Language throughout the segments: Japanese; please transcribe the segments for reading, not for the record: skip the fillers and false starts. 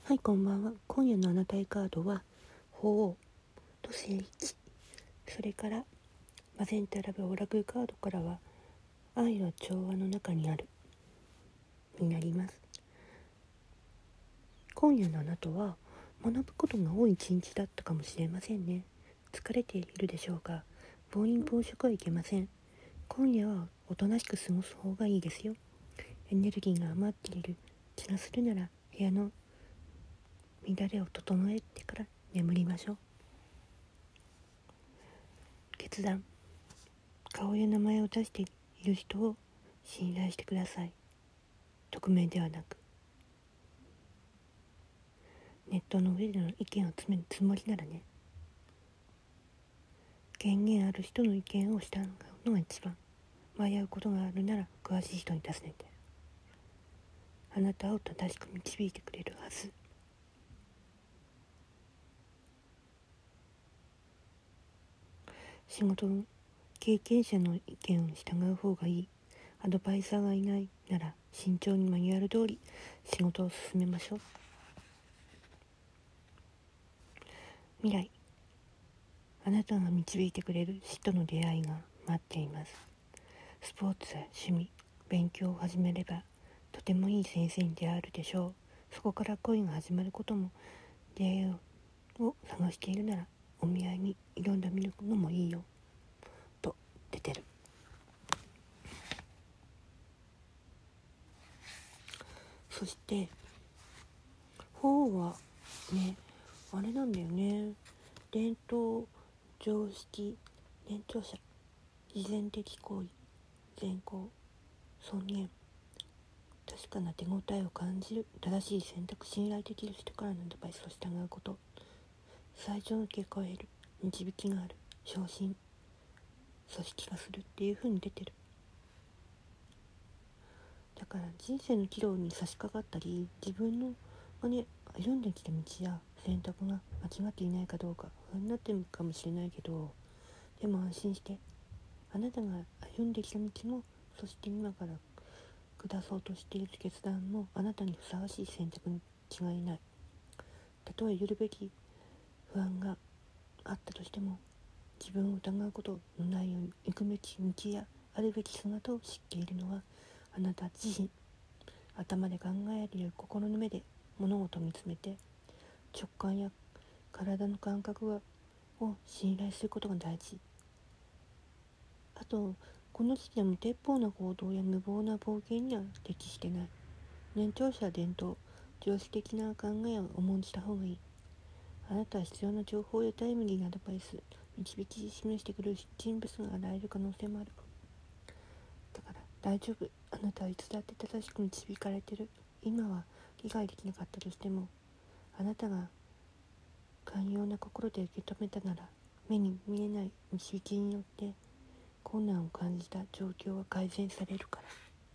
はい、こんばんは。今夜のあなたへカードは鳳凰と聖域、それからマゼンタラブオラクルカードからは愛は調和の中にあるになります。今夜のあなたは学ぶことが多い一日だったかもしれませんね。疲れているでしょうが、暴飲暴食はいけません。今夜はおとなしく過ごす方がいいですよ。エネルギーが余っている気がするなら、部屋の乱れを整えてから眠りましょう。決断。顔や名前を出している人を信頼してください。匿名ではなく。ネットの上での意見を詰めるつもりならね。権限ある人の意見を従うのが一番。迷うことがあるなら詳しい人に尋ねて。あなたを正しく導いてくれるはず。仕事の経験者の意見を従う方がいい。アドバイザーがいないなら慎重にマニュアル通り仕事を進めましょう。未来。あなたが導いてくれる死との出会いが待っています。スポーツや趣味、勉強を始めればとてもいい先生に出会えるでしょう。そこから恋が始まることも、出会いを探しているならお見合いに挑んでみるのもいいよと出てる。そして鳳凰はね、あれなんだよね。伝統、常識、年長者、自然的行為、善行、尊厳、確かな手応えを感じる、正しい選択、信頼できる人からのアドバイスを従うこと、最上の結果を得る、導きがある、昇進、組織化するっていう風に出てる。だから人生の岐路に差し掛かったり、自分の歩んできた道や選択が間違っていないかどうか不安になってるかもしれないけど、でも安心して、あなたが歩んできた道も、そして今から下そうとしている決断もあなたにふさわしい選択に違いない。たとえ揺るべき不安があったとしても、自分を疑うことのないように行くべき道やあるべき姿を知っているのはあなた自身。頭で考えるより心の目で物事を見つめて、直感や体の感覚を信頼することが大事。あと、この時期は無鉄砲な行動や無謀な冒険には適してない。年長者は伝統、常識的な考えを重んじた方がいい。あなたは必要な情報やタイムリーなアドバイス、導き示してくれる人物が現れる可能性もある。だから大丈夫。あなたはいつだって正しく導かれてる。今は理解できなかったとしても、あなたが寛容な心で受け止めたなら、目に見えない導きによって困難を感じた状況は改善されるから。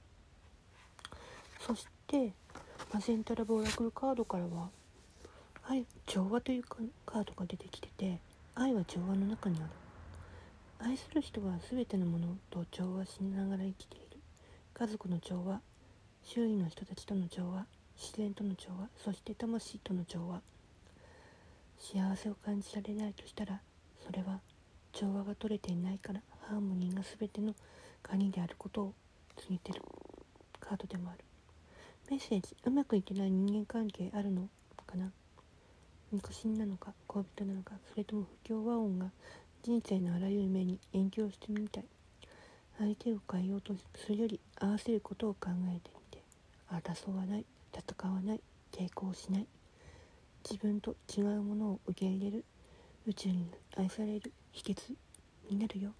そしてマゼンタラブオラクルカードからは愛、調和というカードが出てきてて、愛は調和の中にある。愛する人は全てのものと調和しながら生きている。家族の調和、周囲の人たちとの調和、自然との調和、そして魂との調和。幸せを感じられないとしたら、それは調和が取れていないから、ハーモニーが全ての鍵であることを告げているカードでもある。メッセージ。うまくいってない人間関係あるのかな。肉親なのか恋人なのか、それとも不協和音が人生のあらゆる面に影響してるみたい。相手を変えようとするより合わせることを考えてみて。争わない、戦わない、抵抗しない。自分と違うものを受け入れる、宇宙に愛される秘訣になるよ。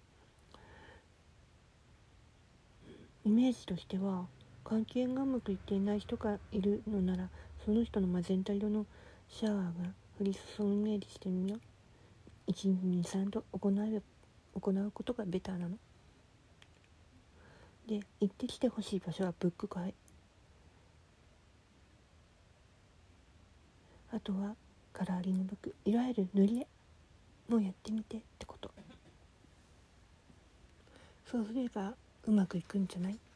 イメージとしては、関係がうまくいっていない人がいるのなら、その人のマゼンタ色のシャワーが降り注ぐイメージしてみよう。1日に3度行うことがベターなの。で、行ってきてほしい場所はブック会。あとはカラーリングブック、いわゆる塗り絵もやってみてってこと。そうすればうまくいくんじゃない？